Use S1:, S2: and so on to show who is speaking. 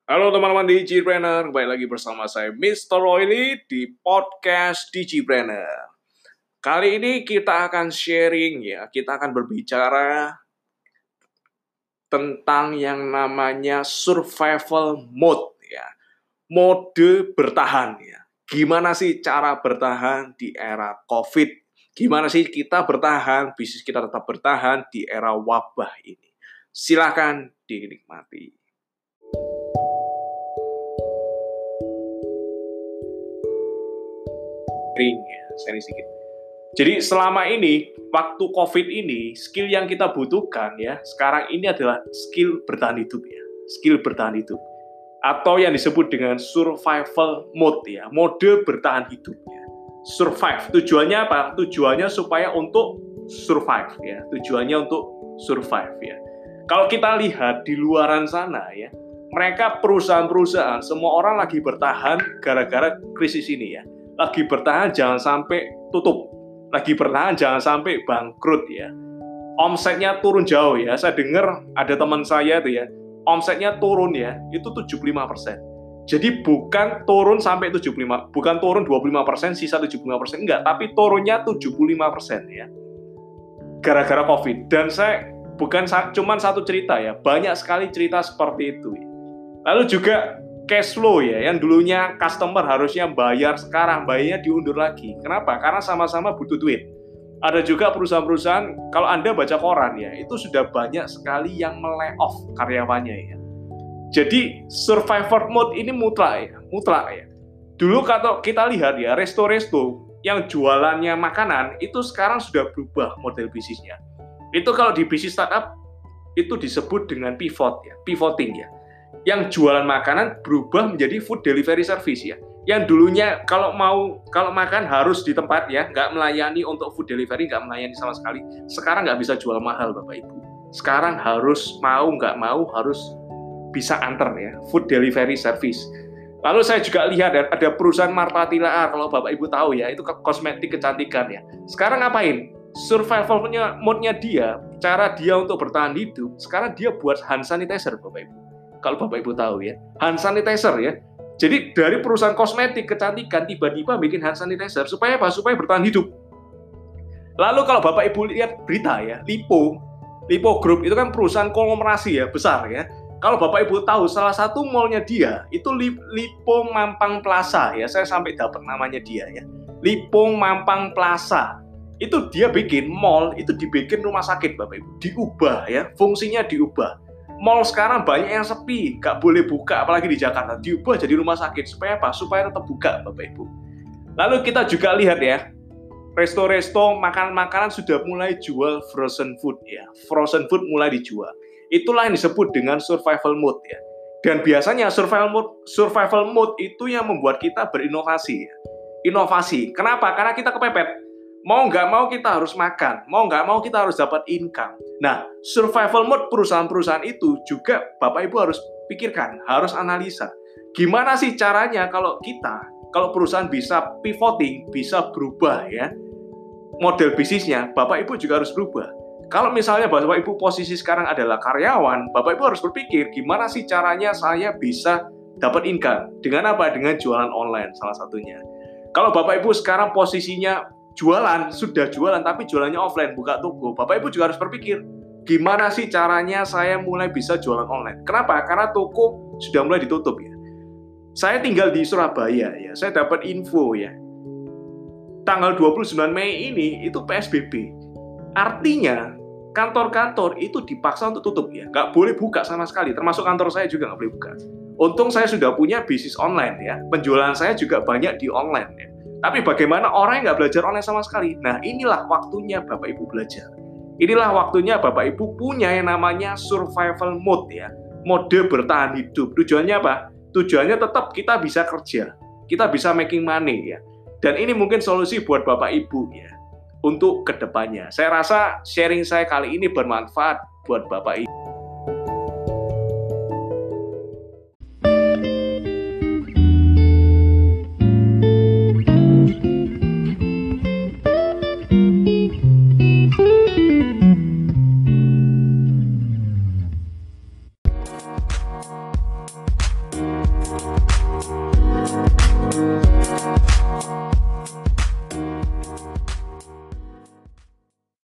S1: Halo teman-teman Digipreneur, kembali lagi bersama saya Mr. Royli di podcast Digipreneur. Kali ini kita akan sharing kita akan berbicara tentang yang namanya survival mode mode bertahan Gimana sih cara bertahan di era COVID? Gimana sih kita bertahan, bisnis kita tetap bertahan di era wabah ini? Silakan dinikmati. Sharing sedikit. Jadi selama ini, waktu COVID ini, skill yang kita butuhkan sekarang ini adalah skill bertahan hidup skill bertahan hidup. Atau yang disebut dengan survival mode mode bertahan hidup Survive, tujuannya apa? Tujuannya supaya untuk survive tujuannya untuk survive Kalau kita lihat di luaran sana mereka perusahaan-perusahaan, semua orang lagi bertahan gara-gara krisis ini lagi bertahan jangan sampai tutup, lagi bertahan jangan sampai bangkrut Omsetnya turun jauh Saya dengar ada teman saya omsetnya turun itu 75%. Jadi bukan turun sampai 75, bukan turun 25%, sisa 75%, enggak, tapi turunnya 75% gara-gara COVID. Dan saya bukan cuma satu cerita banyak sekali cerita seperti itu Lalu juga cash flow yang dulunya customer harusnya bayar, sekarang bayarnya diundur lagi. Kenapa? Karena sama-sama butuh duit. Ada juga perusahaan-perusahaan, kalau Anda baca koran itu sudah banyak sekali yang melay-off karyawannya Jadi survivor mode ini mutlak Dulu kalau kita lihat resto-resto yang jualannya makanan itu sekarang sudah berubah model bisnisnya. Itu kalau di bisnis startup itu disebut dengan pivoting Yang jualan makanan berubah menjadi food delivery service Yang dulunya kalau makan harus di tempat nggak melayani untuk food delivery, nggak melayani sama sekali. Sekarang nggak bisa jual mahal Bapak Ibu. Sekarang harus nggak mau harus bisa antar food delivery service. Lalu saya juga lihat ada perusahaan Martha Tilaar, kalau Bapak Ibu tahu itu kosmetik kecantikan Sekarang ngapain? Survival mode-nya dia, cara dia untuk bertahan hidup, sekarang dia buat hand sanitizer Bapak Ibu. Kalau Bapak Ibu tahu hand sanitizer Jadi dari perusahaan kosmetik kecantikan tiba-tiba bikin hand sanitizer supaya apa? Supaya bertahan hidup. Lalu kalau Bapak Ibu lihat berita Lipo Group itu kan perusahaan konglomerasi besar Kalau Bapak Ibu tahu salah satu mall-nya dia itu Lipo Mampang Plaza saya sampai dapat namanya dia Lipo Mampang Plaza. Itu dia bikin mall, itu dibikin rumah sakit Bapak Ibu. Diubah fungsinya diubah. Mall sekarang banyak yang sepi, nggak boleh buka, apalagi di Jakarta. Diubah jadi rumah sakit. Supaya apa? Supaya tetap buka, Bapak Ibu. Lalu kita juga lihat resto-resto, makanan-makanan sudah mulai jual frozen food Frozen food mulai dijual. Itulah yang disebut dengan survival mode Dan biasanya survival mode itu yang membuat kita berinovasi. Inovasi. Kenapa? Karena kita kepepet. Mau nggak mau kita harus makan, mau nggak mau kita harus dapat income. Nah, survival mode perusahaan-perusahaan itu juga Bapak Ibu harus pikirkan, harus analisa. Gimana sih caranya kalau perusahaan bisa pivoting, bisa berubah model bisnisnya, Bapak Ibu juga harus berubah. Kalau misalnya Bapak Ibu posisi sekarang adalah karyawan, Bapak Ibu harus berpikir gimana sih caranya saya bisa dapat income. Dengan apa? Dengan jualan online salah satunya. Kalau Bapak Ibu sekarang posisinya sudah jualan tapi jualannya offline, buka toko, Bapak Ibu juga harus berpikir gimana sih caranya saya mulai bisa jualan online. Kenapa? Karena toko sudah mulai ditutup Saya tinggal di Surabaya saya dapat info tanggal 29 Mei ini itu PSBB. Artinya kantor-kantor itu dipaksa untuk tutup nggak boleh buka sama sekali, termasuk kantor saya juga nggak boleh buka. Untung saya sudah punya bisnis online penjualan saya juga banyak di online Tapi bagaimana orang yang nggak belajar online sama sekali? Nah, inilah waktunya Bapak Ibu belajar. Inilah waktunya Bapak Ibu punya yang namanya survival mode mode bertahan hidup. Tujuannya apa? Tujuannya tetap kita bisa kerja, kita bisa making money Dan ini mungkin solusi buat Bapak Ibu untuk kedepannya. Saya rasa sharing saya kali ini bermanfaat buat Bapak Ibu.